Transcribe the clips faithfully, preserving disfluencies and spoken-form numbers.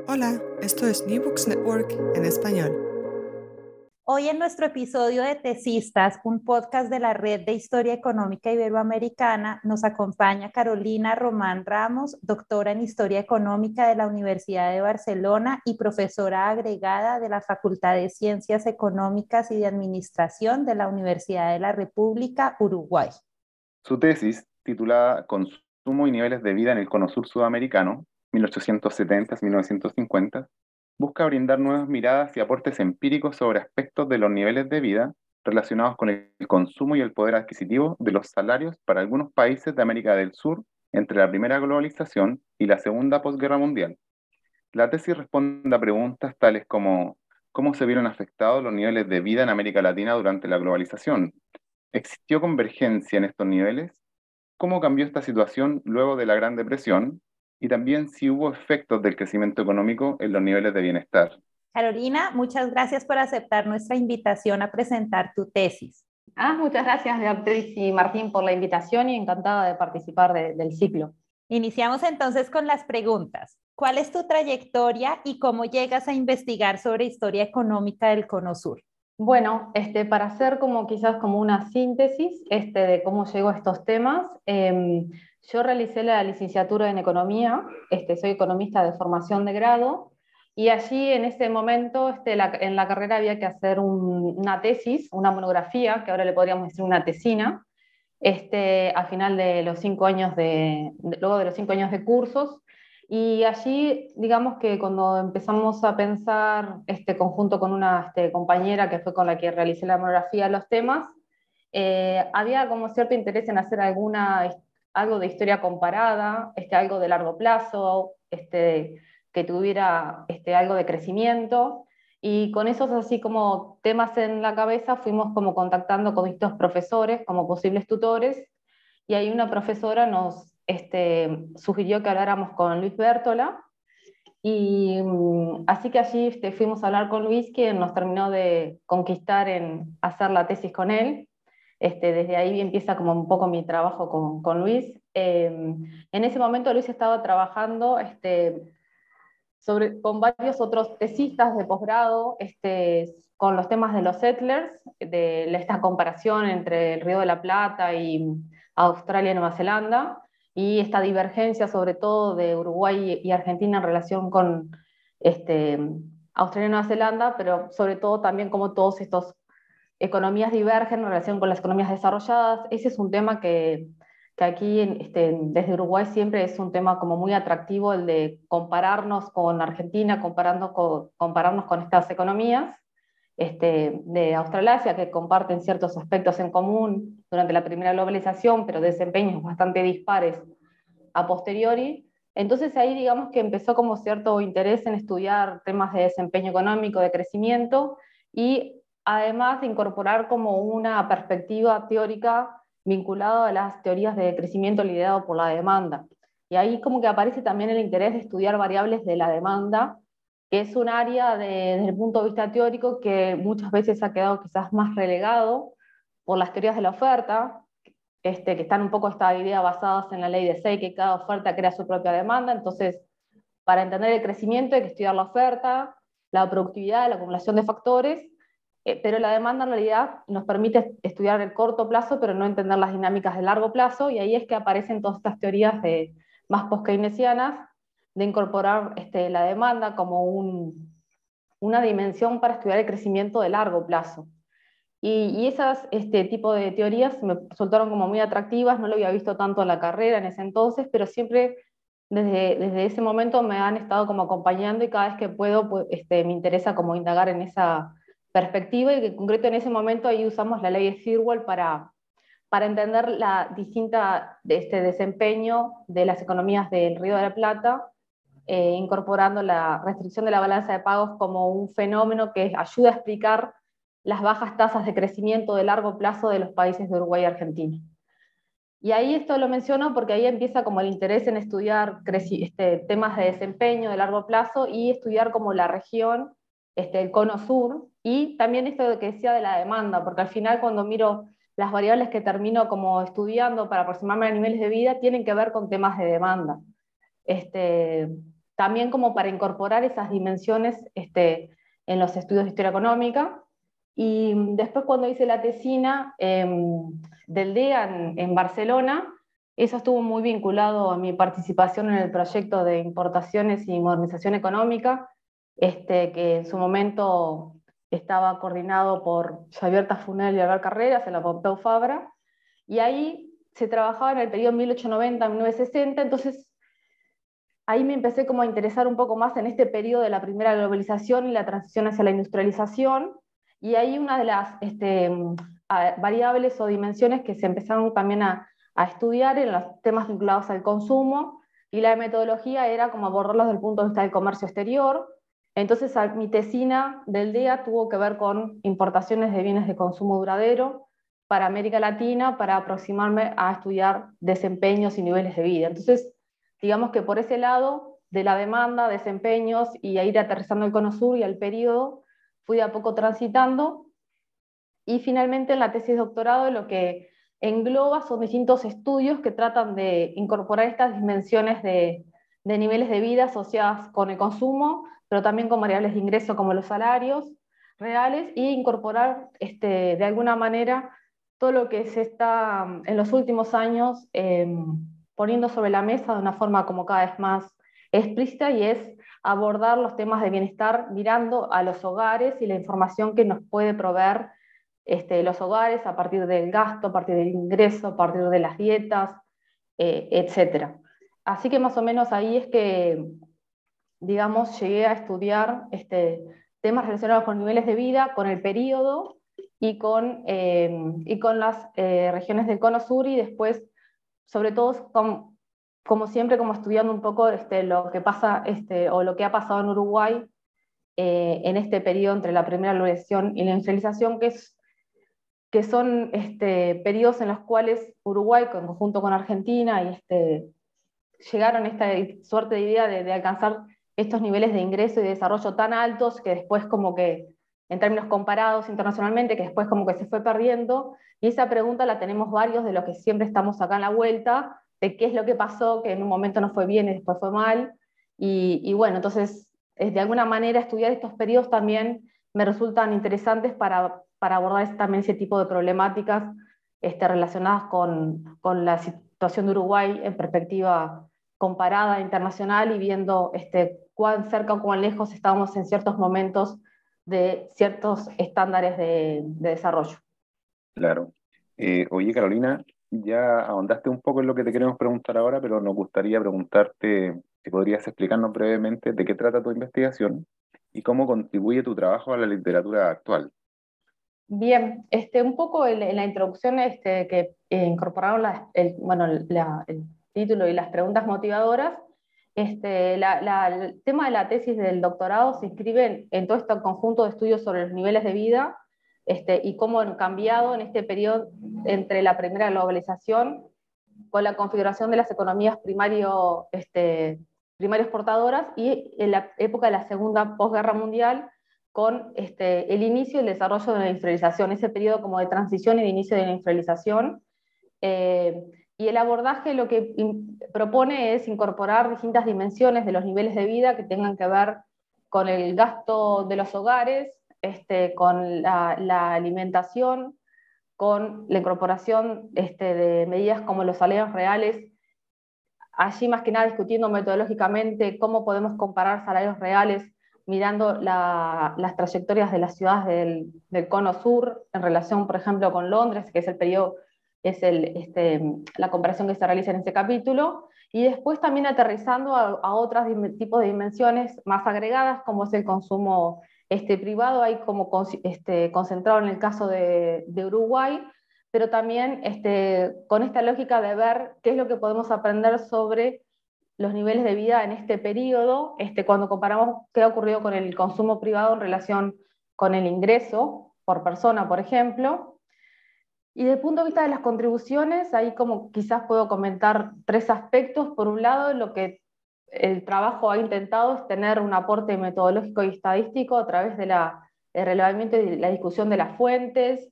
Hola, esto es New Books Network en español. Hoy en nuestro episodio de Tesistas, un podcast de la Red de Historia Económica Iberoamericana, nos acompaña Carolina Román Ramos, doctora en Historia Económica de la Universidad de Barcelona y profesora agregada de la Facultad de Ciencias Económicas y de Administración de la Universidad de la República, Uruguay. Su tesis, titulada Consumo y niveles de vida en el Cono Sur Sudamericano, mil ochocientos setenta a mil novecientos cincuenta, busca brindar nuevas miradas y aportes empíricos sobre aspectos de los niveles de vida relacionados con el consumo y el poder adquisitivo de los salarios para algunos países de América del Sur entre la primera globalización y la segunda posguerra mundial. La tesis responde a preguntas tales como ¿cómo se vieron afectados los niveles de vida en América Latina durante la globalización? ¿Existió convergencia en estos niveles? ¿Cómo cambió esta situación luego de la Gran Depresión? Y también si hubo efectos del crecimiento económico en los niveles de bienestar. Carolina, muchas gracias por aceptar nuestra invitación a presentar tu tesis. Ah, muchas gracias, Beatriz y Martín, por la invitación y encantada de participar de, del ciclo. Iniciamos entonces con las preguntas. ¿Cuál es tu trayectoria y cómo llegas a investigar sobre historia económica del Cono Sur? Bueno, este, para hacer como quizás como una síntesis este, de cómo llego a estos temas, eh, yo realicé la licenciatura en Economía, este, soy economista de formación de grado, y allí en ese momento este, la, en la carrera había que hacer un, una tesis, una monografía, que ahora le podríamos decir una tesina, este, a final de los cinco años de, de, luego de los cinco años de cursos. Y allí, digamos que cuando empezamos a pensar, este, conjunto con una este, compañera que fue con la que realicé la monografía, los temas, eh, había como cierto interés en hacer alguna, algo de historia comparada, este, algo de largo plazo, este, que tuviera este, algo de crecimiento. Y con esos así como temas en la cabeza fuimos como contactando con distintos profesores como posibles tutores, y ahí una profesora nos este, sugirió que habláramos con Luis Bértola, y um, así que allí este, fuimos a hablar con Luis, quien nos terminó de conquistar en hacer la tesis con él. Este, desde ahí empieza como un poco mi trabajo con, con Luis. Eh, en ese momento Luis estaba trabajando este, sobre, con varios otros tesistas de posgrado, este, con los temas de los settlers, de esta comparación entre el Río de la Plata y Australia y Nueva Zelanda, y esta divergencia sobre todo de Uruguay y Argentina en relación con este, Australia y Nueva Zelanda, pero sobre todo también como todos estos economías divergen en relación con las economías desarrolladas. Ese es un tema que que aquí este, desde Uruguay siempre es un tema como muy atractivo, el de compararnos con Argentina, comparando con, compararnos con estas economías este, de Australasia, que comparten ciertos aspectos en común durante la primera globalización, pero desempeños bastante dispares a posteriori. Entonces ahí digamos que empezó como cierto interés en estudiar temas de desempeño económico, de crecimiento, y además de incorporar como una perspectiva teórica vinculado a las teorías de crecimiento liderado por la demanda. Y ahí como que aparece también el interés de estudiar variables de la demanda, que es un área de, desde el punto de vista teórico que muchas veces ha quedado quizás más relegado por las teorías de la oferta, este, que están un poco esta idea basadas en la ley de Say, que cada oferta crea su propia demanda. Entonces, para entender el crecimiento hay que estudiar la oferta, la productividad, la acumulación de factores, Eh, pero la demanda en realidad nos permite estudiar el corto plazo, pero no entender las dinámicas de largo plazo, y ahí es que aparecen todas estas teorías de, más post-keynesianas, de incorporar este, la demanda como un, una dimensión para estudiar el crecimiento de largo plazo. Y, y esas este, tipo de teorías me resultaron como muy atractivas, no lo había visto tanto en la carrera en ese entonces, pero siempre desde, desde ese momento me han estado como acompañando, y cada vez que puedo pues, este, me interesa como indagar en esa perspectiva, y que en concreto en ese momento ahí usamos la ley de Firwall para, para entender la distinta de este desempeño de las economías del Río de la Plata, eh, incorporando la restricción de la balanza de pagos como un fenómeno que ayuda a explicar las bajas tasas de crecimiento de largo plazo de los países de Uruguay y Argentina. Y ahí esto lo menciono porque ahí empieza como el interés en estudiar este, temas de desempeño de largo plazo, y estudiar como la región, este, el cono sur, y también esto que decía de la demanda, porque al final cuando miro las variables que termino como estudiando para aproximarme a niveles de vida, tienen que ver con temas de demanda. Este, también como para incorporar esas dimensiones este, en los estudios de historia económica. Y después cuando hice la tesina eh, del D E A en, en Barcelona, eso estuvo muy vinculado a mi participación en el proyecto de importaciones y modernización económica, este, que en su momento estaba coordinado por Xavier Tafunel y Albert Carreras en la Pompeu Fabra, y ahí se trabajaba en el periodo mil ochocientos noventa a mil novecientos sesenta, entonces ahí me empecé como a interesar un poco más en este periodo de la primera globalización y la transición hacia la industrialización, y ahí una de las este, variables o dimensiones que se empezaron también a, a estudiar en los temas vinculados al consumo, y la metodología era como abordarlos desde el punto de vista del comercio exterior. Entonces mi tesina del D E A tuvo que ver con importaciones de bienes de consumo duradero para América Latina, para aproximarme a estudiar desempeños y niveles de vida. Entonces, digamos que por ese lado, de la demanda, desempeños, y a ir aterrizando el Cono Sur y al periodo, fui de a poco transitando, y finalmente en la tesis de doctorado lo que engloba son distintos estudios que tratan de incorporar estas dimensiones de, de niveles de vida asociadas con el consumo, pero también con variables de ingreso como los salarios reales, e incorporar este, de alguna manera todo lo que se está en los últimos años eh, poniendo sobre la mesa de una forma como cada vez más explícita, y es abordar los temas de bienestar mirando a los hogares y la información que nos puede proveer este, los hogares a partir del gasto, a partir del ingreso, a partir de las dietas, eh, etcétera. Así que más o menos ahí es que, digamos, llegué a estudiar este, temas relacionados con niveles de vida, con el periodo y con, eh, y con las eh, regiones del Cono Sur, y después, sobre todo, con, como siempre, como estudiando un poco este, lo que pasa este, o lo que ha pasado en Uruguay eh, en este periodo entre la primera globalización y la industrialización, que es que son este, periodos en los cuales Uruguay, en conjunto con Argentina, y este, llegaron a esta suerte de idea de, de alcanzar estos niveles de ingreso y de desarrollo tan altos que después como que, en términos comparados internacionalmente, que después como que se fue perdiendo, y esa pregunta la tenemos varios de los que siempre estamos acá en la vuelta, de qué es lo que pasó, que en un momento no fue bien y después fue mal, y, y bueno, entonces, de alguna manera estudiar estos periodos también me resultan interesantes para para abordar también ese tipo de problemáticas este, relacionadas con, con la situación de Uruguay en perspectiva comparada internacional, y viendo este, cuán cerca o cuán lejos estábamos en ciertos momentos de ciertos estándares de, de desarrollo. Claro. Eh, oye, Carolina, ya ahondaste un poco en lo que te queremos preguntar ahora, pero nos gustaría preguntarte si podrías explicarnos brevemente de qué trata tu investigación y cómo contribuye tu trabajo a la literatura actual. Bien, este, un poco en, en la introducción este, que eh, incorporaron la, el, bueno, la, el título y las preguntas motivadoras, este, la, la, el tema de la tesis del doctorado se inscribe en, en todo este conjunto de estudios sobre los niveles de vida este, y cómo han cambiado en este periodo entre la primera globalización con la configuración de las economías primario, este, primario exportadoras, y en la época de la segunda posguerra mundial, con este, el inicio y el desarrollo de la industrialización, ese periodo como de transición y de inicio de la industrialización. Eh, y el abordaje lo que propone es incorporar distintas dimensiones de los niveles de vida que tengan que ver con el gasto de los hogares, este, con la, la alimentación, con la incorporación este, de medidas como los salarios reales, allí más que nada discutiendo metodológicamente cómo podemos comparar salarios reales mirando la, las trayectorias de las ciudades del, del Cono Sur en relación, por ejemplo, con Londres, que es el periodo, es el, este, la comparación que se realiza en este capítulo, y después también aterrizando a, a otros tipos de dimensiones más agregadas, como es el consumo este, privado, ahí como con, este, concentrado en el caso de, de Uruguay, pero también este, con esta lógica de ver qué es lo que podemos aprender sobre los niveles de vida en este periodo, este, cuando comparamos qué ha ocurrido con el consumo privado en relación con el ingreso por persona, por ejemplo. Y desde el punto de vista de las contribuciones, ahí como quizás puedo comentar tres aspectos. Por un lado, lo que el trabajo ha intentado es tener un aporte metodológico y estadístico a través del de relevamiento y la discusión de las fuentes,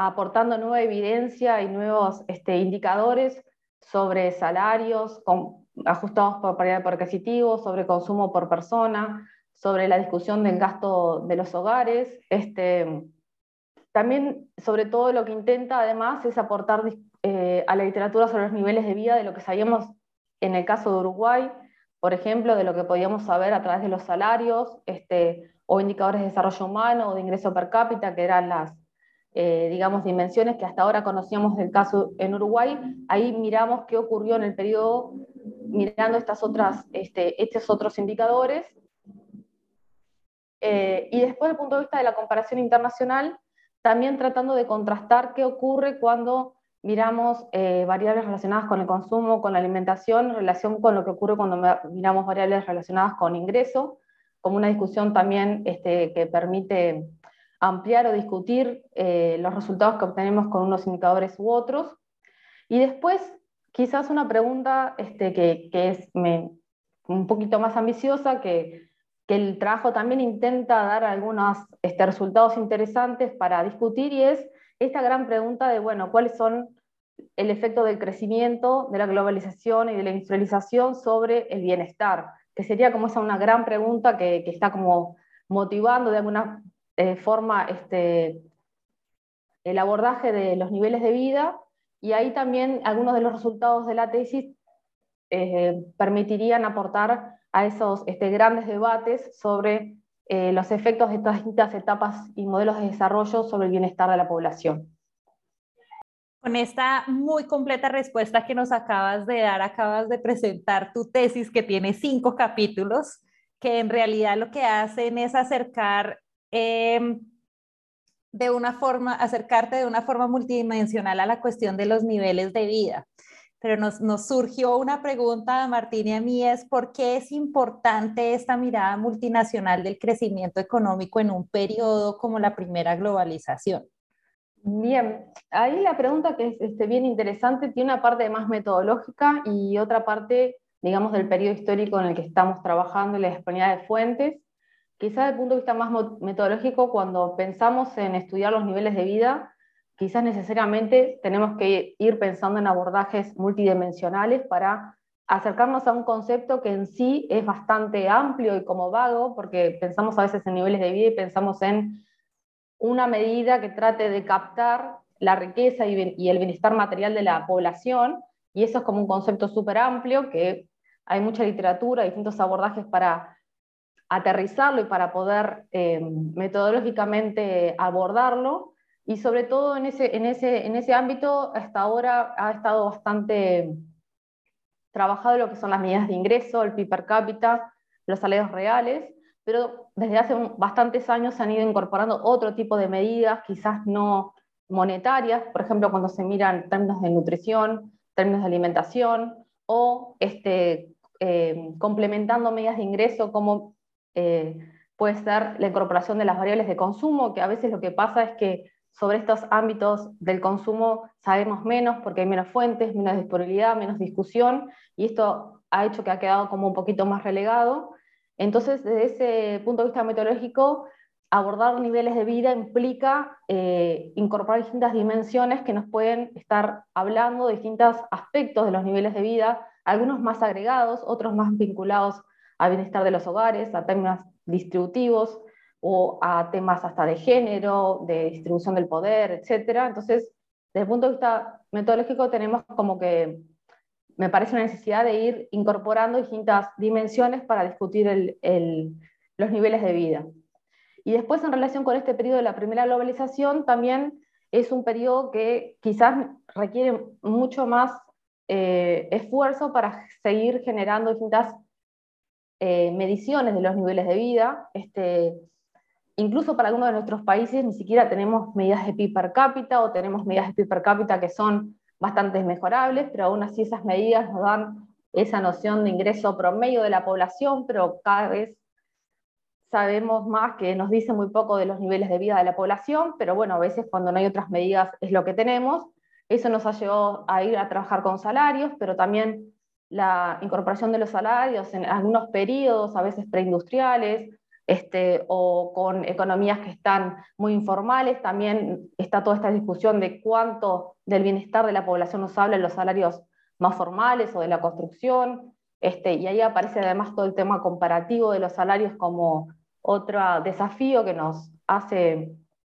aportando nueva evidencia y nuevos este, indicadores sobre salarios, con, ajustados por paridad por adquisitivo, sobre consumo por persona, sobre la discusión del gasto de los hogares. Este, también, sobre todo, lo que intenta además es aportar eh, a la literatura sobre los niveles de vida de lo que sabíamos en el caso de Uruguay, por ejemplo, de lo que podíamos saber a través de los salarios, este, o indicadores de desarrollo humano o de ingreso per cápita, que eran las, eh, digamos, dimensiones que hasta ahora conocíamos del caso en Uruguay. Ahí miramos qué ocurrió en el periodo, mirando estas otras, este, estos otros indicadores. Eh, y después, desde el punto de vista de la comparación internacional, también tratando de contrastar qué ocurre cuando miramos eh, variables relacionadas con el consumo, con la alimentación, en relación con lo que ocurre cuando miramos variables relacionadas con ingreso, como una discusión también este, que permite ampliar o discutir eh, los resultados que obtenemos con unos indicadores u otros. Y después, quizás una pregunta este, que, que es me, un poquito más ambiciosa, que, que el trabajo también intenta dar algunos este, resultados interesantes para discutir, y es esta gran pregunta de, bueno, ¿cuáles son el efecto del crecimiento, de la globalización y de la industrialización sobre el bienestar? Que sería como esa una gran pregunta que, que está como motivando de alguna eh, forma este, el abordaje de los niveles de vida, y ahí también algunos de los resultados de la tesis eh, permitirían aportar a esos este, grandes debates sobre eh, los efectos de estas distintas etapas y modelos de desarrollo sobre el bienestar de la población. Con esta muy completa respuesta que nos acabas de dar, acabas de presentar tu tesis, que tiene cinco capítulos, que en realidad lo que hacen es acercar eh, de una forma, acercarte de una forma multidimensional a la cuestión de los niveles de vida. Pero nos, nos surgió una pregunta a Martín y a mí, es ¿por qué es importante esta mirada multinacional del crecimiento económico en un periodo como la primera globalización? Bien, ahí la pregunta, que es este, bien interesante, tiene una parte más metodológica y otra parte, digamos, del periodo histórico en el que estamos trabajando y la disponibilidad de fuentes. Quizás desde el punto de vista más metodológico, cuando pensamos en estudiar los niveles de vida, quizás necesariamente tenemos que ir pensando en abordajes multidimensionales para acercarnos a un concepto que en sí es bastante amplio y como vago, porque pensamos a veces en niveles de vida y pensamos en una medida que trate de captar la riqueza y el bienestar material de la población, y eso es como un concepto súper amplio, que hay mucha literatura, distintos abordajes para aterrizarlo y para poder eh, metodológicamente abordarlo, y sobre todo en ese, en, ese, en ese ámbito hasta ahora ha estado bastante trabajado lo que son las medidas de ingreso, el P I B per cápita, los salarios reales, pero desde hace bastantes años se han ido incorporando otro tipo de medidas, quizás no monetarias, por ejemplo, cuando se miran términos de nutrición, términos de alimentación, o este, eh, complementando medidas de ingreso, como eh, puede ser la incorporación de las variables de consumo, que a veces lo que pasa es que sobre estos ámbitos del consumo sabemos menos porque hay menos fuentes, menos disponibilidad, menos discusión, y esto ha hecho que ha quedado como un poquito más relegado. Entonces, desde ese punto de vista metodológico, abordar niveles de vida implica eh, incorporar distintas dimensiones que nos pueden estar hablando de distintos aspectos de los niveles de vida, algunos más agregados, otros más vinculados al bienestar de los hogares, a términos distributivos, o a temas hasta de género, de distribución del poder, etcétera. Entonces, desde el punto de vista metodológico tenemos como que, me parece una necesidad de ir incorporando distintas dimensiones para discutir el, el, los niveles de vida. Y después, en relación con este periodo de la primera globalización, también es un periodo que quizás requiere mucho más eh, esfuerzo para seguir generando distintas eh, mediciones de los niveles de vida. Este, incluso para algunos de nuestros países ni siquiera tenemos medidas de P I B per cápita, o tenemos medidas de P I B per cápita que son bastante mejorables, pero aún así esas medidas nos dan esa noción de ingreso promedio de la población, pero cada vez sabemos más que nos dice muy poco de los niveles de vida de la población, pero bueno, a veces cuando no hay otras medidas es lo que tenemos. Eso nos ha llevado a ir a trabajar con salarios, pero también la incorporación de los salarios en algunos periodos, a veces preindustriales, Este, o con economías que están muy informales. También está toda esta discusión de cuánto del bienestar de la población nos hablan los salarios más formales o de la construcción, Este, y ahí aparece además todo el tema comparativo de los salarios como otro desafío que nos hace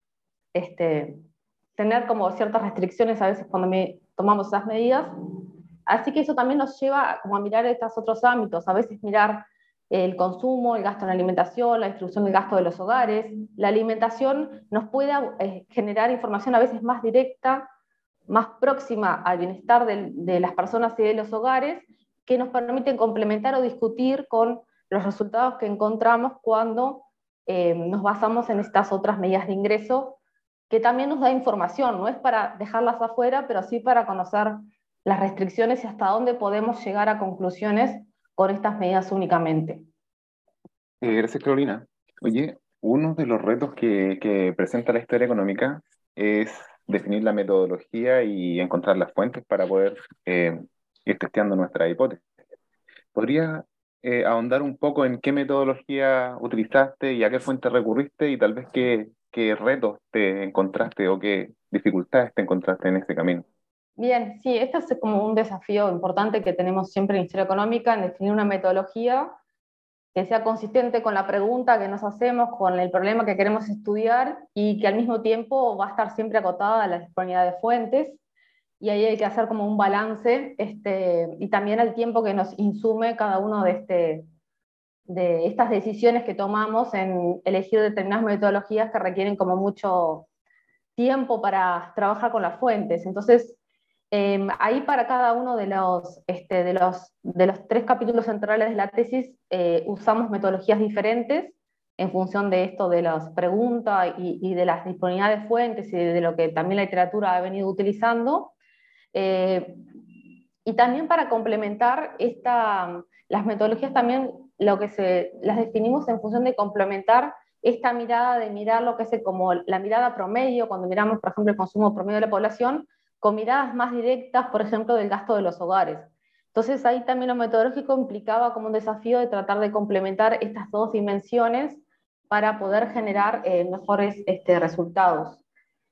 este, tener como ciertas restricciones a veces cuando me, tomamos esas medidas. Así que eso también nos lleva como a mirar estos otros ámbitos, a veces mirar el consumo, el gasto en alimentación, la distribución del gasto de los hogares. La alimentación nos puede eh, generar información a veces más directa, más próxima al bienestar de, de las personas y de los hogares, que nos permiten complementar o discutir con los resultados que encontramos cuando eh, nos basamos en estas otras medidas de ingreso, que también nos da información, no es para dejarlas afuera, pero sí para conocer las restricciones y hasta dónde podemos llegar a conclusiones con estas medidas únicamente. Eh, gracias, Carolina. Oye, uno de los retos que, que presenta la historia económica es definir la metodología y encontrar las fuentes para poder eh, ir testeando nuestra hipótesis. ¿Podrías eh, ahondar un poco en qué metodología utilizaste y a qué fuente recurriste y tal vez qué, qué retos te encontraste o qué dificultades te encontraste en ese camino? Bien, sí, este es como un desafío importante que tenemos siempre en historia económica, en definir una metodología que sea consistente con la pregunta que nos hacemos, con el problema que queremos estudiar y que al mismo tiempo va a estar siempre acotada a la disponibilidad de fuentes. Y ahí hay que hacer como un balance este, y también al tiempo que nos insume cada uno de, este, de estas decisiones que tomamos en elegir determinadas metodologías que requieren como mucho tiempo para trabajar con las fuentes. Entonces, eh, ahí para cada uno de los, este, de, los, de los tres capítulos centrales de la tesis eh, usamos metodologías diferentes en función de esto de las preguntas y, y de las disponibilidades de fuentes y de, de lo que también la literatura ha venido utilizando. Eh, y también para complementar esta, las metodologías también lo que se, las definimos en función de complementar esta mirada de mirar lo que es como la mirada promedio, cuando miramos, por ejemplo, el consumo promedio de la población, con miradas más directas, por ejemplo, del gasto de los hogares. Entonces ahí también lo metodológico implicaba como un desafío de tratar de complementar estas dos dimensiones para poder generar eh, mejores este, resultados.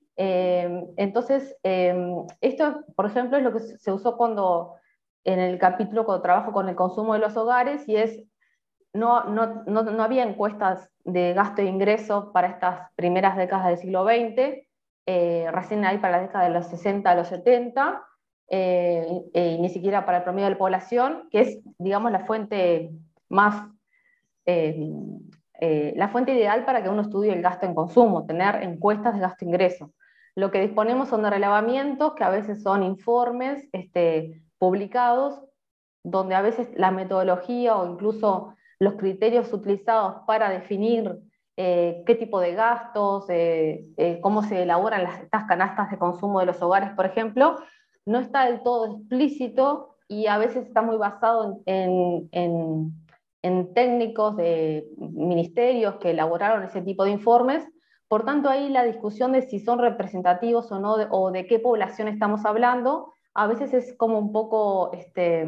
Eh, entonces, eh, esto, por ejemplo, es lo que se usó cuando, en el capítulo cuando trabajo con el consumo de los hogares, y es, no, no, no, no había encuestas de gasto e ingreso para estas primeras décadas del siglo veinte, eh, recién ahí para la década de los sesenta a los setenta, eh, eh, y ni siquiera para el promedio de la población, que es, digamos, la fuente más... Eh, eh, la fuente ideal para que uno estudie el gasto en consumo, tener encuestas de gasto-ingreso. Lo que disponemos son de relevamientos, que a veces son informes este, publicados, donde a veces la metodología o incluso los criterios utilizados para definir eh, qué tipo de gastos, eh, eh, cómo se elaboran las, estas canastas de consumo de los hogares, por ejemplo, no está del todo explícito y a veces está muy basado en, en, en, en técnicos de ministerios que elaboraron ese tipo de informes. Por tanto, ahí la discusión de si son representativos o no, de, o de qué población estamos hablando, a veces es como un poco, este,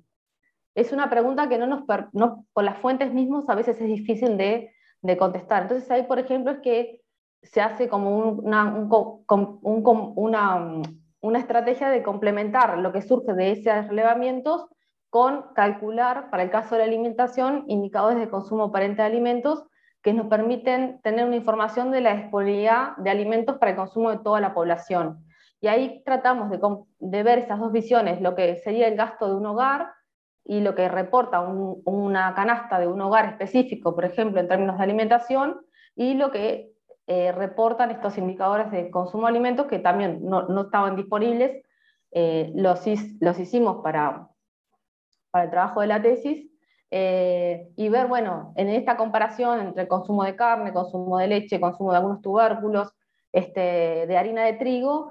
es una pregunta que no nos, no, con las fuentes mismos a veces es difícil de, de contestar. Entonces ahí, por ejemplo, es que se hace como una, un, un, una, una estrategia de complementar lo que surge de esos relevamientos con calcular, para el caso de la alimentación, indicadores de consumo aparente de alimentos que nos permiten tener una información de la disponibilidad de alimentos para el consumo de toda la población. Y ahí tratamos de, de ver esas dos visiones, lo que sería el gasto de un hogar y lo que reporta un, una canasta de un hogar específico, por ejemplo, en términos de alimentación, y lo que eh, reportan estos indicadores de consumo de alimentos que también no, no estaban disponibles, eh, los, los hicimos para, para el trabajo de la tesis, eh, y ver, bueno, en esta comparación entre el consumo de carne, consumo de leche, consumo de algunos tubérculos, este, de harina de trigo,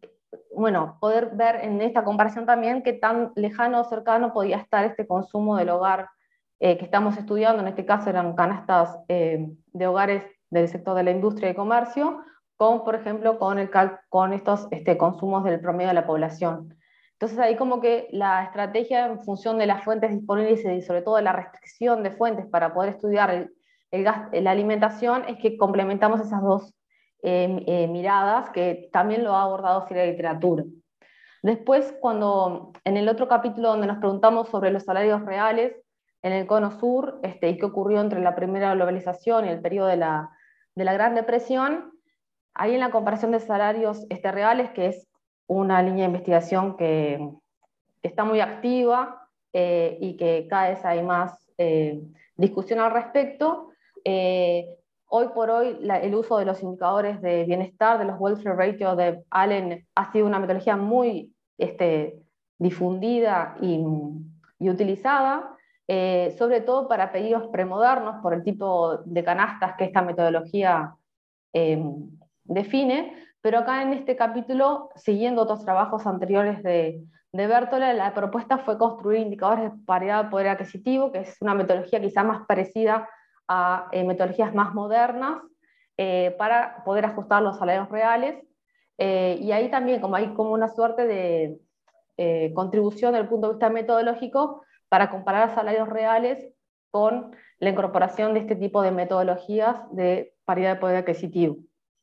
bueno, poder ver en esta comparación también qué tan lejano o cercano podía estar este consumo del hogar eh, que estamos estudiando, en este caso eran canastas eh, de hogares del sector de la industria y comercio, con, por ejemplo, con, el, con estos este, consumos del promedio de la población. Entonces ahí como que la estrategia en función de las fuentes disponibles y sobre todo de la restricción de fuentes para poder estudiar el, el gas, la alimentación es que complementamos esas dos Eh, eh, miradas, que también lo ha abordado así la literatura. Después, cuando en el otro capítulo donde nos preguntamos sobre los salarios reales en el Cono Sur, este, y qué ocurrió entre la primera globalización y el periodo de la, de la Gran Depresión, ahí en la comparación de salarios este, reales, que es una línea de investigación que está muy activa eh, y que cada vez hay más eh, discusión al respecto, eh, hoy por hoy la, el uso de los indicadores de bienestar, de los welfare ratio de Allen, ha sido una metodología muy este, difundida y, y utilizada, eh, sobre todo para pedidos premodernos por el tipo de canastas que esta metodología eh, define, pero acá en este capítulo, siguiendo otros trabajos anteriores de, de Bertola, la propuesta fue construir indicadores de paridad de poder adquisitivo, que es una metodología quizá más parecida a eh, metodologías más modernas, eh, para poder ajustar los salarios reales, eh, y ahí también como hay como una suerte de eh, contribución desde el punto de vista metodológico para comparar salarios reales con la incorporación de este tipo de metodologías de paridad de poder adquisitivo.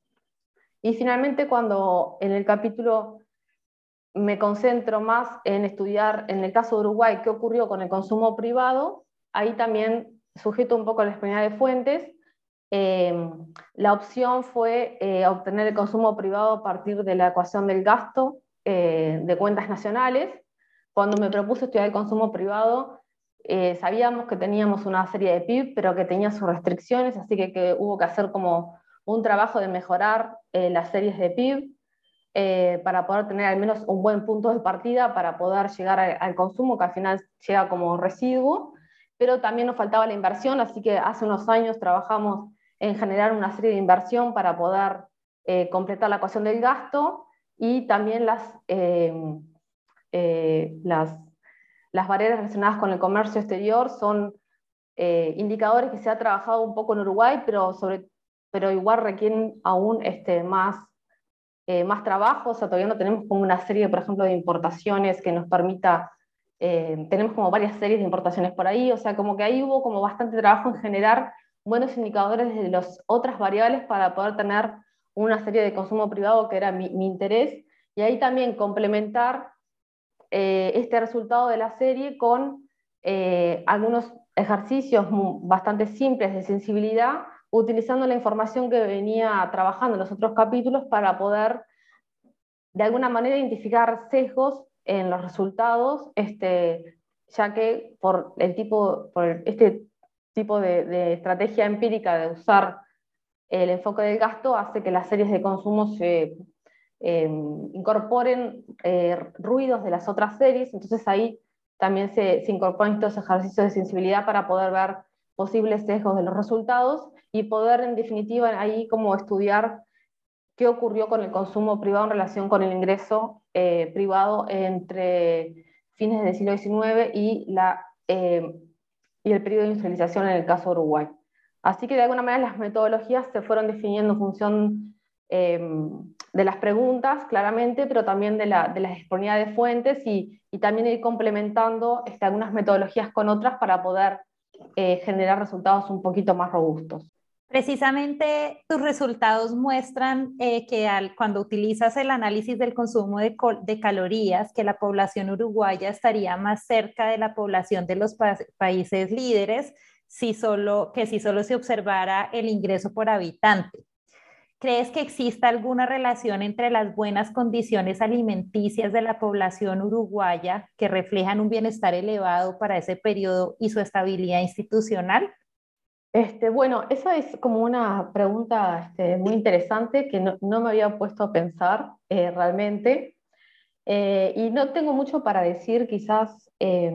Y finalmente, cuando en el capítulo me concentro más en estudiar, en el caso de Uruguay, qué ocurrió con el consumo privado, ahí también sujeto un poco a la disponibilidad de fuentes. Eh, la opción fue eh, obtener el consumo privado a partir de la ecuación del gasto eh, de cuentas nacionales. Cuando me propuse estudiar el consumo privado, eh, sabíamos que teníamos una serie de P I B, pero que tenía sus restricciones, así que, que hubo que hacer como un trabajo de mejorar eh, las series de P I B eh, para poder tener al menos un buen punto de partida para poder llegar a, al consumo, que al final llega como residuo, pero también nos faltaba la inversión, así que hace unos años trabajamos en generar una serie de inversión para poder eh, completar la ecuación del gasto, y también las, eh, eh, las, las barreras relacionadas con el comercio exterior son eh, indicadores que se ha trabajado un poco en Uruguay, pero, sobre, pero igual requieren aún este, más, eh, más trabajo. O sea, todavía no tenemos como una serie, por ejemplo, de importaciones que nos permita, eh, tenemos como varias series de importaciones por ahí, o sea, como que ahí hubo como bastante trabajo en generar buenos indicadores de las otras variables para poder tener una serie de consumo privado, que era mi, mi interés, y ahí también complementar eh, este resultado de la serie con eh, algunos ejercicios muy, bastante simples de sensibilidad, utilizando la información que venía trabajando en los otros capítulos para poder de alguna manera identificar sesgos en los resultados, este, ya que por, el tipo, por este tipo de, de estrategia empírica de usar el enfoque del gasto hace que las series de consumo se eh, incorporen eh, ruidos de las otras series, entonces ahí también se, se incorporan estos ejercicios de sensibilidad para poder ver posibles sesgos de los resultados y poder en definitiva ahí como estudiar qué ocurrió con el consumo privado en relación con el ingreso eh, privado entre fines del siglo diecinueve y, la, eh, y el periodo de industrialización en el caso de Uruguay. Así que de alguna manera las metodologías se fueron definiendo en función eh, de las preguntas, claramente, pero también de la, de la disponibilidad de fuentes, y, y también ir complementando este, algunas metodologías con otras para poder eh, generar resultados un poquito más robustos. Precisamente tus resultados muestran eh, que al, cuando utilizas el análisis del consumo de, de calorías, que la población uruguaya estaría más cerca de la población de los pa países líderes si solo, que si solo se observara el ingreso por habitante. ¿Crees que exista alguna relación entre las buenas condiciones alimenticias de la población uruguaya, que reflejan un bienestar elevado para ese periodo, y su estabilidad institucional? Este, bueno, esa es como una pregunta este, muy interesante que no, no me había puesto a pensar eh, realmente, eh, y no tengo mucho para decir quizás eh,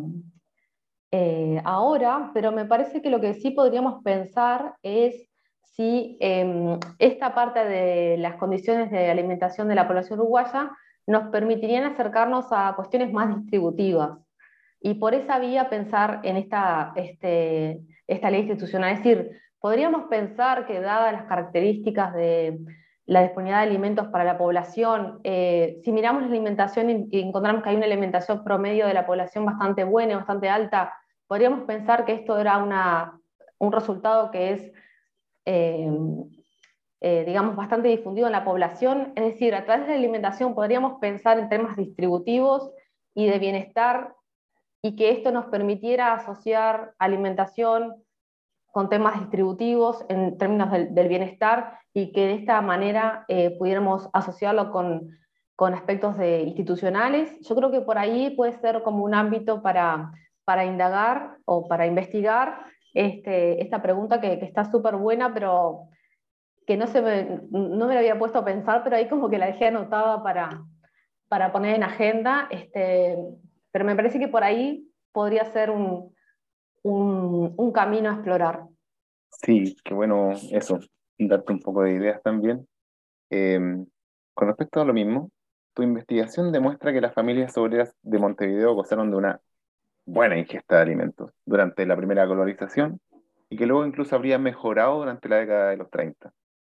eh, ahora, pero me parece que lo que sí podríamos pensar es si eh, esta parte de las condiciones de alimentación de la población uruguaya nos permitirían acercarnos a cuestiones más distributivas, y por esa vía pensar en esta, este, esta ley institucional. Es decir, podríamos pensar que dadas las características de la disponibilidad de alimentos para la población, eh, si miramos la alimentación y, y encontramos que hay una alimentación promedio de la población bastante buena y bastante alta, podríamos pensar que esto era una, un resultado que es eh, eh, digamos, bastante difundido en la población. Es decir, a través de la alimentación podríamos pensar en temas distributivos y de bienestar, y que esto nos permitiera asociar alimentación con temas distributivos en términos del, del bienestar, y que de esta manera eh, pudiéramos asociarlo con, con aspectos de institucionales. Yo creo que por ahí puede ser como un ámbito para, para indagar o para investigar este, esta pregunta que, que está súper buena, pero que no, se me, no me la había puesto a pensar, pero ahí como que la dejé anotada para, para poner en agenda, este, pero me parece que por ahí podría ser un, un, un camino a explorar. Sí, qué bueno eso, darte un poco de ideas también. Eh, con respecto a lo mismo, tu investigación demuestra que las familias obreras de Montevideo gozaron de una buena ingesta de alimentos durante la primera colonización y que luego incluso habría mejorado durante la década de los treinta.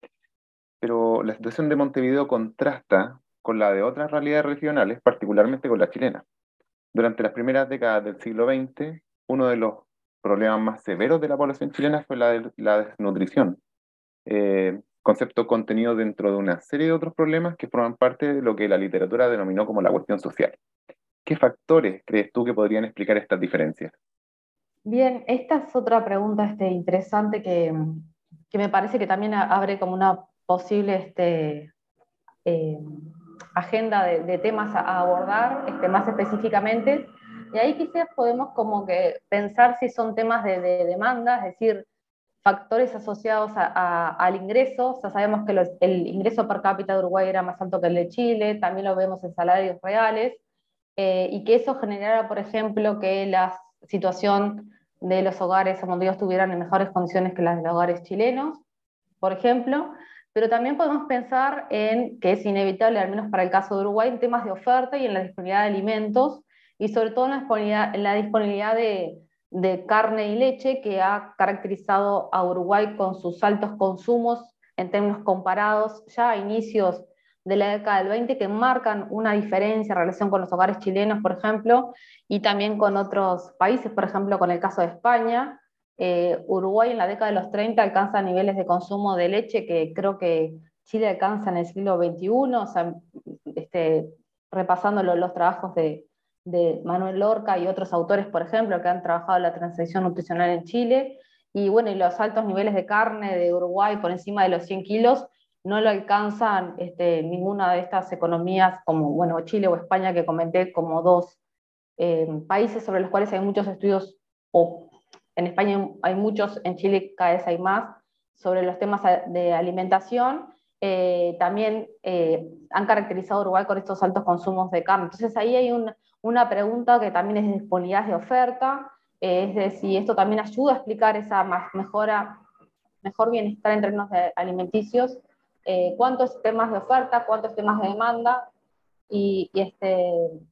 Pero la situación de Montevideo contrasta con la de otras realidades regionales, particularmente con la chilena. Durante las primeras décadas del siglo veinte, uno de los problemas más severos de la población chilena fue la, de, la desnutrición, eh, concepto contenido dentro de una serie de otros problemas que forman parte de lo que la literatura denominó como la cuestión social. ¿Qué factores crees tú que podrían explicar estas diferencias? Bien, esta es otra pregunta este, interesante que, que me parece que también abre como una posible este, eh, agenda de, de temas a abordar este, más específicamente. Y ahí quizás podemos como que pensar si son temas de, de demanda, es decir, factores asociados a, a, al ingreso. O sea, sabemos que los, el ingreso per cápita de Uruguay era más alto que el de Chile, también lo vemos en salarios reales, eh, y que eso generara, por ejemplo, que la situación de los hogares homonteiros estuvieran en mejores condiciones que las de los hogares chilenos, por ejemplo. Pero también podemos pensar en que es inevitable, al menos para el caso de Uruguay, en temas de oferta y en la disponibilidad de alimentos, y sobre todo en la disponibilidad, en la disponibilidad de, de carne y leche, que ha caracterizado a Uruguay con sus altos consumos en términos comparados ya a inicios de la década del veinte, que marcan una diferencia en relación con los hogares chilenos, por ejemplo, y también con otros países, por ejemplo, con el caso de España. Eh, Uruguay en la década de los treinta alcanza niveles de consumo de leche que creo que Chile alcanza en el siglo veintiuno, o sea, este, repasando lo, los trabajos de, de Manuel Lorca y otros autores, por ejemplo, que han trabajado en la transición nutricional en Chile. Y bueno, y los altos niveles de carne de Uruguay por encima de los cien kilos no lo alcanzan este, ninguna de estas economías, como bueno, Chile o España, que comenté como dos eh, países sobre los cuales hay muchos estudios, o en España hay muchos, en Chile cada vez hay más, sobre los temas de alimentación. Eh, también eh, han caracterizado a Uruguay con estos altos consumos de carne. Entonces ahí hay un, una pregunta que también es de disponibilidad de oferta, eh, es de si esto también ayuda a explicar esa mejora, mejor bienestar en términos de alimenticios, eh, cuántos temas de oferta, cuántos temas de demanda, y, y este...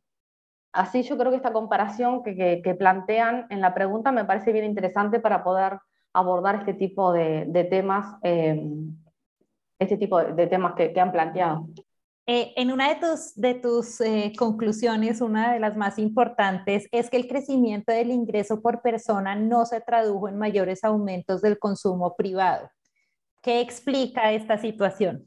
Así yo creo que esta comparación que, que, que, plantean en la pregunta me parece bien interesante para poder abordar este tipo de, de temas, eh, este tipo de, de temas que, que, han planteado. Eh, en una de tus, de tus eh, conclusiones, una de las más importantes, es que el crecimiento del ingreso por persona no se tradujo en mayores aumentos del consumo privado. ¿Qué explica esta situación?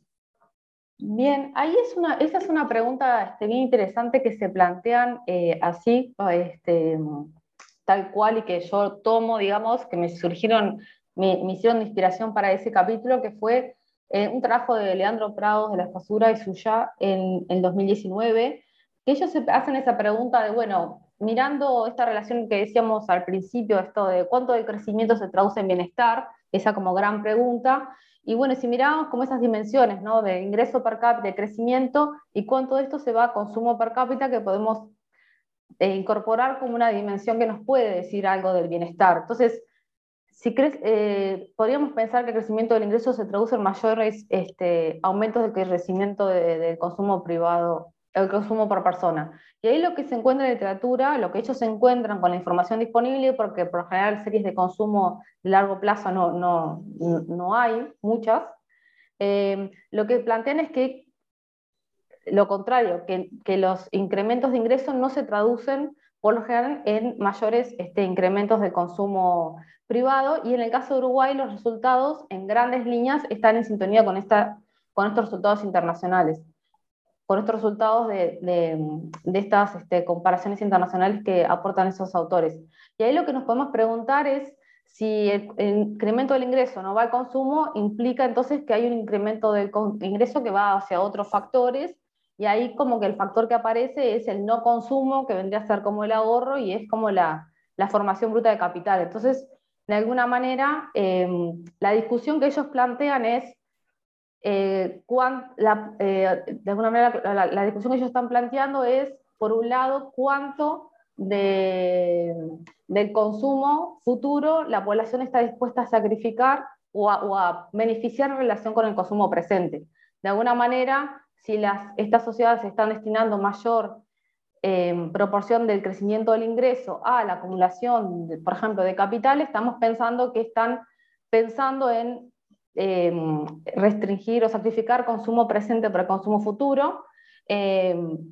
Bien, ahí es una, esa es una pregunta este, bien interesante que se plantean eh, así, este, tal cual, y que yo tomo, digamos, que me surgieron, me, me hicieron de inspiración para ese capítulo, que fue eh, un trabajo de Leandro Prados de la Escosura y Suya en el dos mil diecinueve, que ellos se hacen esa pregunta de, bueno, mirando esta relación que decíamos al principio, esto de cuánto del crecimiento se traduce en bienestar, esa como gran pregunta. Y bueno, si miramos como esas dimensiones, ¿no? De ingreso per cápita, de crecimiento, y cuánto de esto se va a consumo per cápita, que podemos eh, incorporar como una dimensión que nos puede decir algo del bienestar. Entonces, si crees, eh, podríamos pensar que el crecimiento del ingreso se traduce en mayores este, aumentos del crecimiento de, del consumo privado, el consumo por persona. Y ahí lo que se encuentra en la literatura, lo que ellos se encuentran con la información disponible, porque por lo general series de consumo de largo plazo no, no, no hay muchas, eh, lo que plantean es que lo contrario, que, que los incrementos de ingresos no se traducen por lo general en mayores este, incrementos de consumo privado, y en el caso de Uruguay los resultados en grandes líneas están en sintonía con, esta, con estos resultados internacionales, con estos resultados de, de, de estas este, comparaciones internacionales que aportan esos autores. Y ahí lo que nos podemos preguntar es si el, el incremento del ingreso no va al consumo, implica entonces que hay un incremento del ingreso que va hacia otros factores, y ahí como que el factor que aparece es el no consumo, que vendría a ser como el ahorro, y es como la, la formación bruta de capital. Entonces, de alguna manera, eh, la discusión que ellos plantean es, eh, cuán, la, eh, de alguna manera, la, la discusión que ellos están planteando es, por un lado, cuánto de, del consumo futuro la población está dispuesta a sacrificar o a, o a beneficiar en relación con el consumo presente. De alguna manera, si las, estas sociedades están destinando mayor eh, proporción del crecimiento del ingreso a la acumulación, de, por ejemplo, de capital, estamos pensando que están pensando en eh, restringir o sacrificar consumo presente para consumo futuro, eh,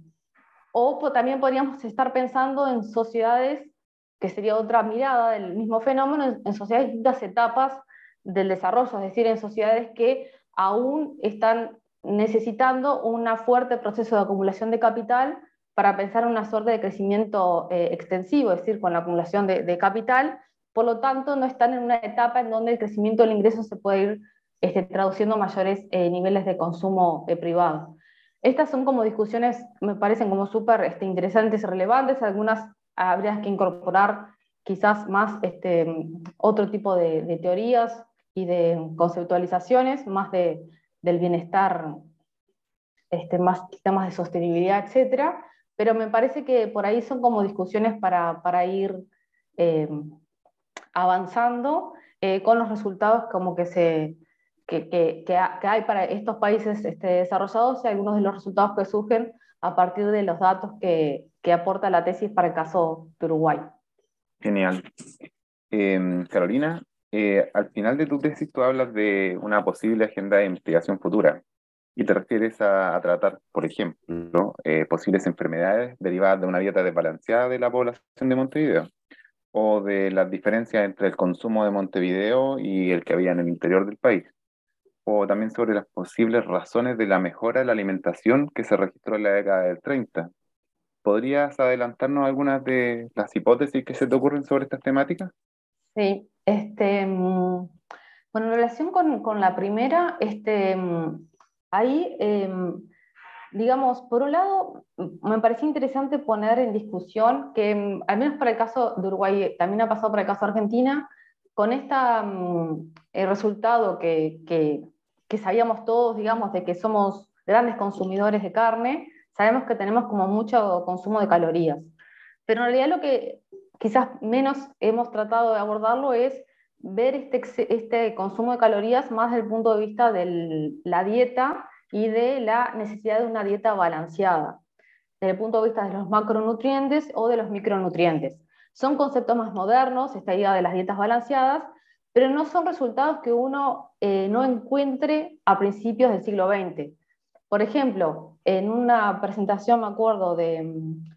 o también podríamos estar pensando en sociedades, que sería otra mirada del mismo fenómeno, en, en sociedades de distintas etapas del desarrollo, es decir, en sociedades que aún están necesitando un fuerte proceso de acumulación de capital para pensar en una suerte de crecimiento eh, extensivo, es decir, con la acumulación de, de capital. Por lo tanto, no están en una etapa en donde el crecimiento del ingreso se puede ir este, traduciendo mayores eh, niveles de consumo eh, privado. Estas son como discusiones, me parecen como súper este, interesantes y relevantes. Algunas habría que incorporar quizás más este, otro tipo de, de teorías y de conceptualizaciones, más de, del bienestar, este, más temas de sostenibilidad, etcétera. Pero me parece que por ahí son como discusiones para, para ir eh, avanzando eh, con los resultados como que, se, que, que, que, hay para estos países este, desarrollados, y algunos de los resultados que surgen a partir de los datos que, que aporta la tesis para el caso de Uruguay. Genial. Eh, Carolina, eh, al final de tu tesis tú hablas de una posible agenda de investigación futura y te refieres a, a tratar, por ejemplo, eh, posibles enfermedades derivadas de una dieta desbalanceada de la población de Montevideo, o de las diferencias entre el consumo de Montevideo y el que había en el interior del país, o también sobre las posibles razones de la mejora de la alimentación que se registró en la década del treinta. ¿Podrías adelantarnos algunas de las hipótesis que se te ocurren sobre estas temáticas? Sí, este, bueno, en relación con, con la primera, este, ahí, eh, digamos, por un lado, me parecía interesante poner en discusión que, al menos para el caso de Uruguay, también ha pasado para el caso de Argentina, con este eh, resultado que, que, que sabíamos todos, digamos, de que somos grandes consumidores de carne, sabemos que tenemos como mucho consumo de calorías. Pero en realidad lo que quizás menos hemos tratado de abordarlo es ver este, este consumo de calorías más desde el punto de vista de la dieta y de la necesidad de una dieta balanceada, desde el punto de vista de los macronutrientes o de los micronutrientes. Son conceptos más modernos, esta idea de las dietas balanceadas, pero no son resultados que uno eh, no encuentre a principios del siglo veinte. Por ejemplo, en una presentación, me acuerdo, de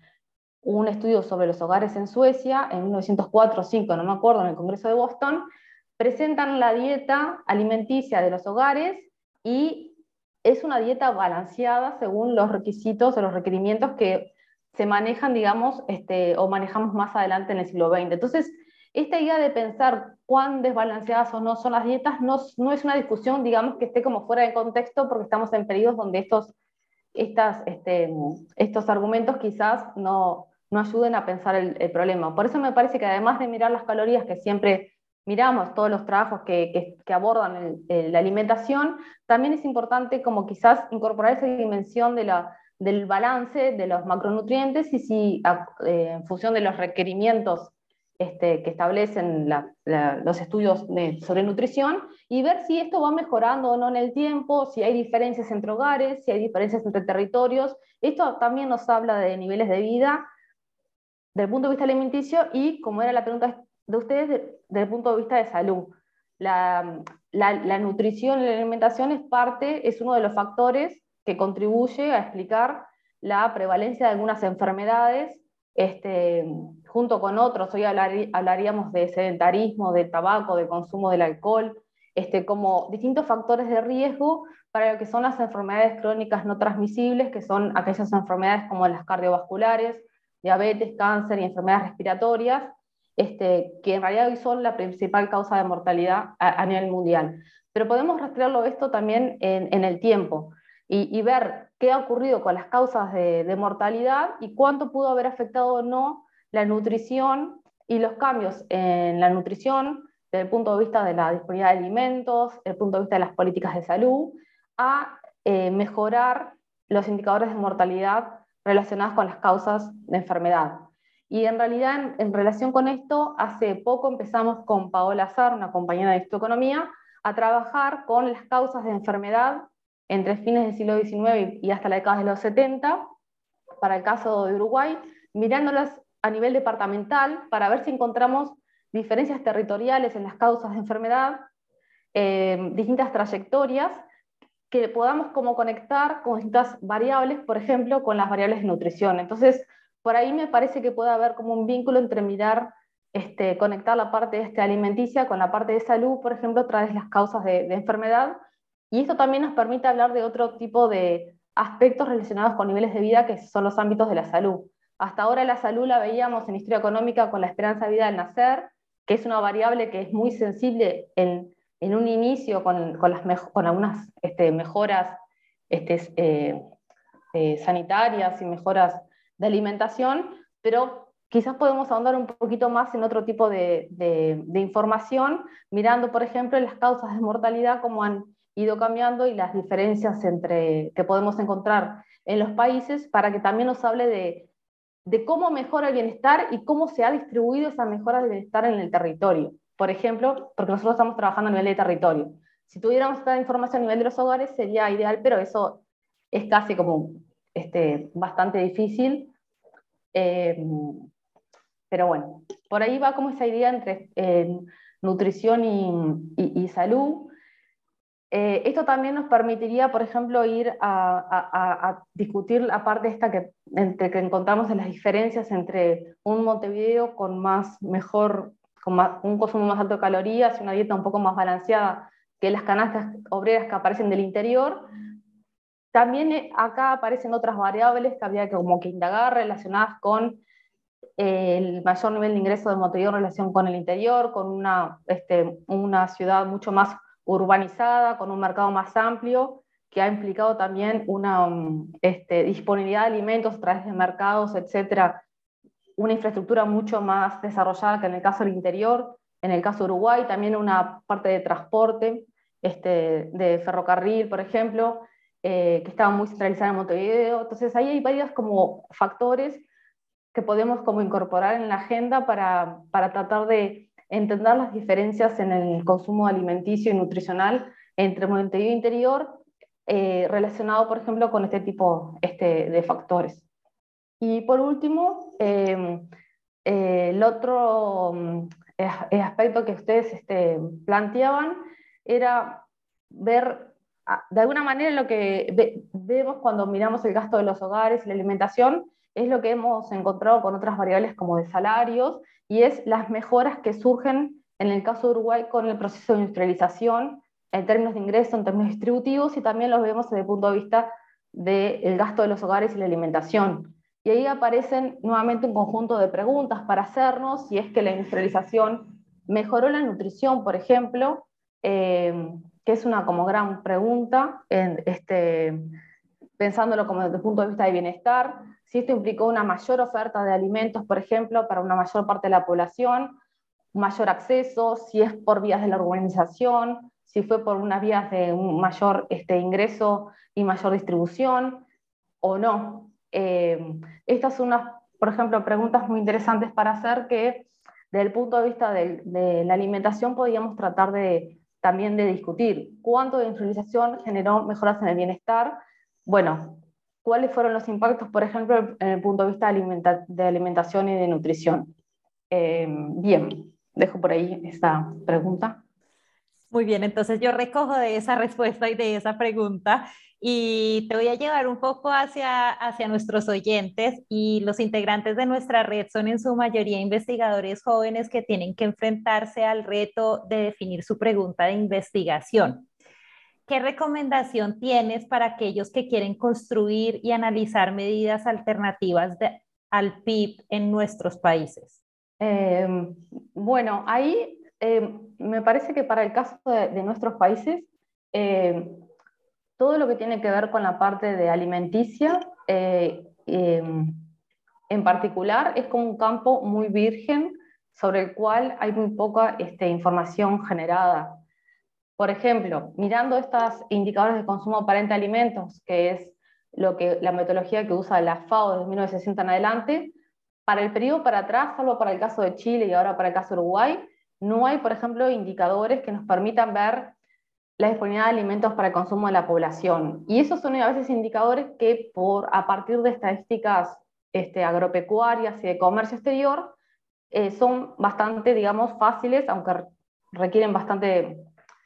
un estudio sobre los hogares en Suecia, en mil novecientos cuatro o cinco, no me acuerdo, en el Congreso de Boston, presentan la dieta alimenticia de los hogares, y es una dieta balanceada según los requisitos o los requerimientos que se manejan, digamos, este, o manejamos más adelante en el siglo veinte. Entonces, esta idea de pensar cuán desbalanceadas o no son las dietas no, no es una discusión, digamos, que esté como fuera de contexto, porque estamos en periodos donde estos, estas, este, estos argumentos quizás no, no ayuden a pensar el, el problema. Por eso me parece que además de mirar las calorías, que siempre miramos todos los trabajos que, que, que abordan el, el, la alimentación, también es importante como quizás incorporar esa dimensión de la, del balance de los macronutrientes, y si eh, en función de los requerimientos este, que establecen la, la, los estudios de, sobre nutrición, y ver si esto va mejorando o no en el tiempo, si hay diferencias entre hogares, si hay diferencias entre territorios. Esto también nos habla de niveles de vida desde el punto de vista alimenticio, y, como era la pregunta de ustedes, de, desde el punto de vista de salud. La, la, la nutrición y la alimentación es parte, es uno de los factores que contribuye a explicar la prevalencia de algunas enfermedades este, junto con otros, hoy hablar, hablaríamos de sedentarismo, del tabaco, del consumo del alcohol, este, como distintos factores de riesgo para lo que son las enfermedades crónicas no transmisibles, que son aquellas enfermedades como las cardiovasculares, diabetes, cáncer y enfermedades respiratorias, este, que en realidad hoy son la principal causa de mortalidad a, a nivel mundial. Pero podemos rastrearlo esto también en, en el tiempo y, y ver qué ha ocurrido con las causas de, de mortalidad y cuánto pudo haber afectado o no la nutrición y los cambios en la nutrición desde el punto de vista de la disponibilidad de alimentos, desde el punto de vista de las políticas de salud, a eh, mejorar los indicadores de mortalidad relacionados con las causas de enfermedad. Y en realidad, en, en relación con esto, hace poco empezamos con Paola Azar, una compañera de Histoeconomía, a trabajar con las causas de enfermedad entre fines del siglo diecinueve y hasta la década de los setenta, para el caso de Uruguay, mirándolas a nivel departamental para ver si encontramos diferencias territoriales en las causas de enfermedad, eh, distintas trayectorias, que podamos como conectar con distintas variables, por ejemplo, con las variables de nutrición. Entonces, por ahí me parece que puede haber como un vínculo entre mirar, este, conectar la parte este, alimenticia con la parte de salud, por ejemplo, a través de las causas de, de enfermedad, y esto también nos permite hablar de otro tipo de aspectos relacionados con niveles de vida, que son los ámbitos de la salud. Hasta ahora la salud la veíamos en historia económica con la esperanza de vida al nacer, que es una variable que es muy sensible en, en un inicio con, con, las con algunas este, mejoras este, eh, eh, sanitarias y mejoras de alimentación, pero quizás podemos ahondar un poquito más en otro tipo de, de, de información, mirando, por ejemplo, las causas de mortalidad, cómo han ido cambiando y las diferencias entre, que podemos encontrar en los países, para que también nos hable de de cómo mejora el bienestar y cómo se ha distribuido esa mejora del bienestar en el territorio. Por ejemplo, porque nosotros estamos trabajando a nivel de territorio. Si tuviéramos esta información a nivel de los hogares sería ideal, pero eso es casi como este, bastante difícil. Eh, pero bueno, por ahí va como esa idea entre eh, nutrición y, y, y salud. Eh, esto también nos permitiría, por ejemplo, ir a, a, a discutir la parte esta que, entre, que encontramos en las diferencias entre un Montevideo con más, mejor, con más, un consumo más alto de calorías y una dieta un poco más balanceada que las canastas obreras que aparecen del interior. También acá aparecen otras variables que habría que, como que indagar relacionadas con eh, el mayor nivel de ingreso de Montevideo en relación con el interior, con una, este, una ciudad mucho más urbanizada, con un mercado más amplio, que ha implicado también una este, disponibilidad de alimentos a través de mercados, etcétera, una infraestructura mucho más desarrollada que en el caso del interior. En el caso de Uruguay, también una parte de transporte, este, de ferrocarril, por ejemplo, eh, que estaba muy centralizada en Montevideo. Entonces ahí hay varios como factores que podemos como incorporar en la agenda para, para tratar de entender las diferencias en el consumo alimenticio y nutricional entre Montevideo Interior, eh, relacionado, por ejemplo, con este tipo este, de factores. Y por último, eh, eh, el otro eh, aspecto que ustedes este, planteaban era ver, de alguna manera, lo que ve, vemos cuando miramos el gasto de los hogares y la alimentación, es lo que hemos encontrado con otras variables como de salarios, y es las mejoras que surgen en el caso de Uruguay con el proceso de industrialización, en términos de ingreso, en términos distributivos, y también los vemos desde el punto de vista del gasto de los hogares y la alimentación. Y ahí aparecen nuevamente un conjunto de preguntas para hacernos, si es que la industrialización mejoró la nutrición, por ejemplo, eh, que es una como gran pregunta, en este, pensándolo como desde el punto de vista de bienestar, si esto implicó una mayor oferta de alimentos, por ejemplo, para una mayor parte de la población, mayor acceso, si es por vías de la urbanización, si fue por unas vías de un mayor este, ingreso y mayor distribución, o no. Eh, estas son unas, por ejemplo, preguntas muy interesantes para hacer que, desde el punto de vista de, de la alimentación, podríamos tratar de, también de discutir cuánto de industrialización generó mejoras en el bienestar. Bueno, ¿cuáles fueron los impactos, por ejemplo, en el punto de vista de, alimenta de alimentación y de nutrición? Eh, bien, dejo por ahí esta pregunta. Muy bien, entonces yo recojo de esa respuesta y de esa pregunta y te voy a llevar un poco hacia, hacia nuestros oyentes y los integrantes de nuestra red son en su mayoría investigadores jóvenes que tienen que enfrentarse al reto de definir su pregunta de investigación. ¿Qué recomendación tienes para aquellos que quieren construir y analizar medidas alternativas de- al P I B en nuestros países? Eh, bueno, ahí eh, me parece que para el caso de, de nuestros países, eh, todo lo que tiene que ver con la parte de alimenticia, eh, eh, en particular, es como un campo muy virgen sobre el cual hay muy poca este, información generada. Por ejemplo, mirando estos indicadores de consumo aparente de alimentos, que es lo que, la metodología que usa la FAO desde mil novecientos sesenta en adelante, para el periodo para atrás, salvo para el caso de Chile y ahora para el caso de Uruguay, no hay, por ejemplo, indicadores que nos permitan ver la disponibilidad de alimentos para el consumo de la población. Y esos son a veces indicadores que por, a partir de estadísticas este, agropecuarias y de comercio exterior, eh, son bastante, digamos, fáciles, aunque requieren bastante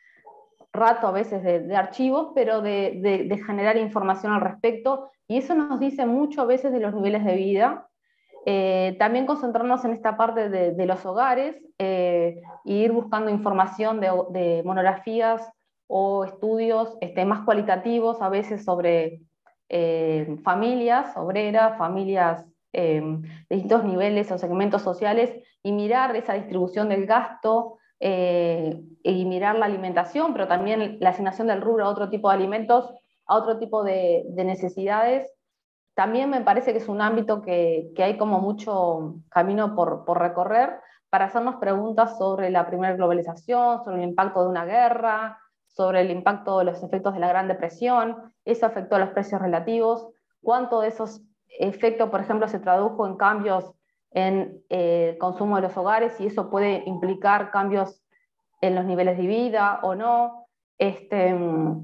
rato a veces de, de archivos, pero de, de, de generar información al respecto. Y eso nos dice mucho a veces de los niveles de vida. Eh, también concentrarnos en esta parte de, de los hogares eh, e ir buscando información de, de monografías o estudios este, más cualitativos, a veces sobre eh, familias obreras, familias eh, de distintos niveles o segmentos sociales, y mirar esa distribución del gasto eh, y mirar la alimentación, pero también la asignación del rubro a otro tipo de alimentos, a otro tipo de, de necesidades. También me parece que es un ámbito que, que hay como mucho camino por, por recorrer para hacernos preguntas sobre la primera globalización, sobre el impacto de una guerra, sobre el impacto de los efectos de la Gran Depresión, eso afectó a los precios relativos, cuánto de esos efectos, por ejemplo, se tradujo en cambios en eh, el consumo de los hogares y eso puede implicar cambios en los niveles de vida o no. Este,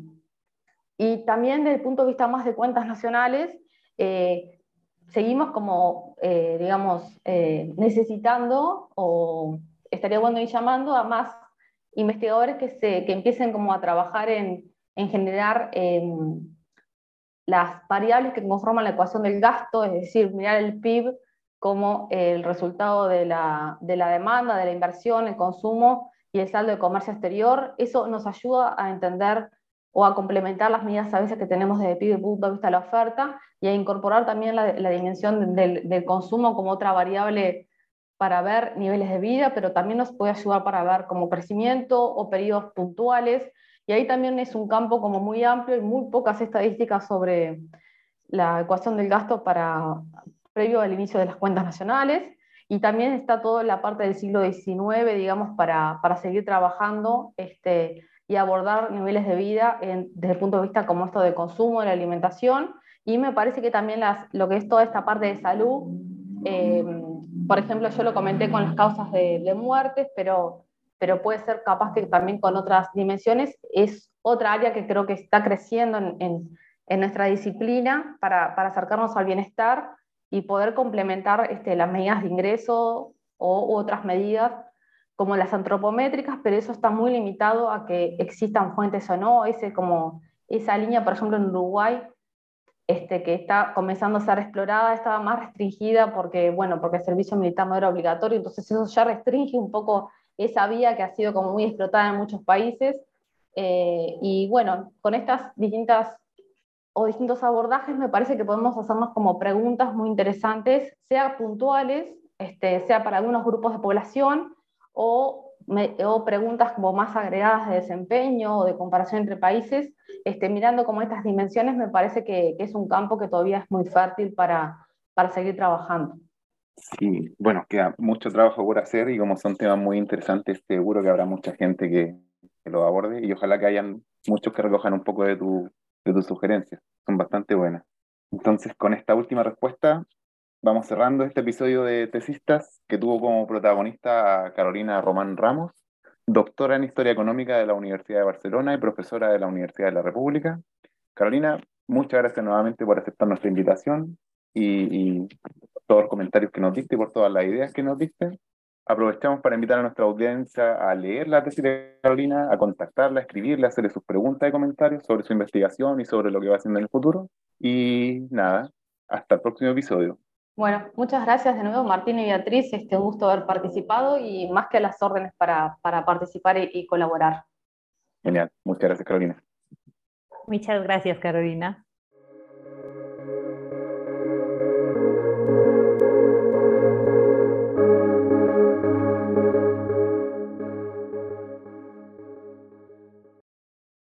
y también desde el punto de vista más de cuentas nacionales, eh, seguimos como, eh, digamos, eh, necesitando, o estaría bueno ir llamando a más investigadores que, se, que empiecen como a trabajar en, en generar eh, las variables que conforman la ecuación del gasto, es decir, mirar el P I B como el resultado de la, de la demanda, de la inversión, el consumo y el saldo de comercio exterior. Eso nos ayuda a entender o a complementar las medidas a veces que tenemos desde P I B desde el punto de vista de la oferta y a incorporar también la, la dimensión del, del consumo como otra variable para ver niveles de vida, pero también nos puede ayudar para ver como crecimiento o periodos puntuales. Y ahí también es un campo como muy amplio y muy pocas estadísticas sobre la ecuación del gasto para, previo al inicio de las cuentas nacionales. Y también está toda la parte del siglo diecinueve, digamos, para, para seguir trabajando este, y abordar niveles de vida en, desde el punto de vista como esto de consumo, de la alimentación. Y me parece que también las, lo que es toda esta parte de salud, eh, por ejemplo, yo lo comenté con las causas de, de muertes, pero pero puede ser capaz que también con otras dimensiones, es otra área que creo que está creciendo en, en, en nuestra disciplina para, para, acercarnos al bienestar y poder complementar este, las medidas de ingreso o u otras medidas como las antropométricas, pero eso está muy limitado a que existan fuentes o no. Ese, como, esa línea, por ejemplo, en Uruguay, este, que está comenzando a ser explorada, estaba más restringida porque, bueno, porque el servicio militar no era obligatorio, entonces eso ya restringe un poco esa vía que ha sido como muy explotada en muchos países. Eh, y bueno, con estas distintas o distintos abordajes me parece que podemos hacernos como preguntas muy interesantes, sea puntuales, este, sea para algunos grupos de población, o, me, o preguntas como más agregadas de desempeño o de comparación entre países. Este, mirando como estas dimensiones me parece que, que es un campo que todavía es muy fértil para, para seguir trabajando. Sí, bueno, queda mucho trabajo por hacer y como son temas muy interesantes, seguro que habrá mucha gente que, que los aborde y ojalá que hayan muchos que recojan un poco de tu, de tus sugerencias. Son bastante buenas. Entonces, con esta última respuesta, vamos cerrando este episodio de Tesistas que tuvo como protagonista a Carolina Román Ramos, doctora en Historia Económica de la Universidad de Barcelona y profesora de la Universidad de la República. Carolina, muchas gracias nuevamente por aceptar nuestra invitación y, y todos los comentarios que nos diste y por todas las ideas que nos diste. aprovechamos para invitar a nuestra audiencia a leer la tesis de Carolina, a contactarla, a escribirle, a hacerle sus preguntas y comentarios sobre su investigación y sobre lo que va haciendo en el futuro. Y nada, hasta el próximo episodio. Bueno, muchas gracias de nuevo, Martín y Beatriz. Este, un gusto haber participado y más que a las órdenes para, para participar y, y colaborar. Genial. Muchas gracias, Carolina. Muchas gracias, Carolina.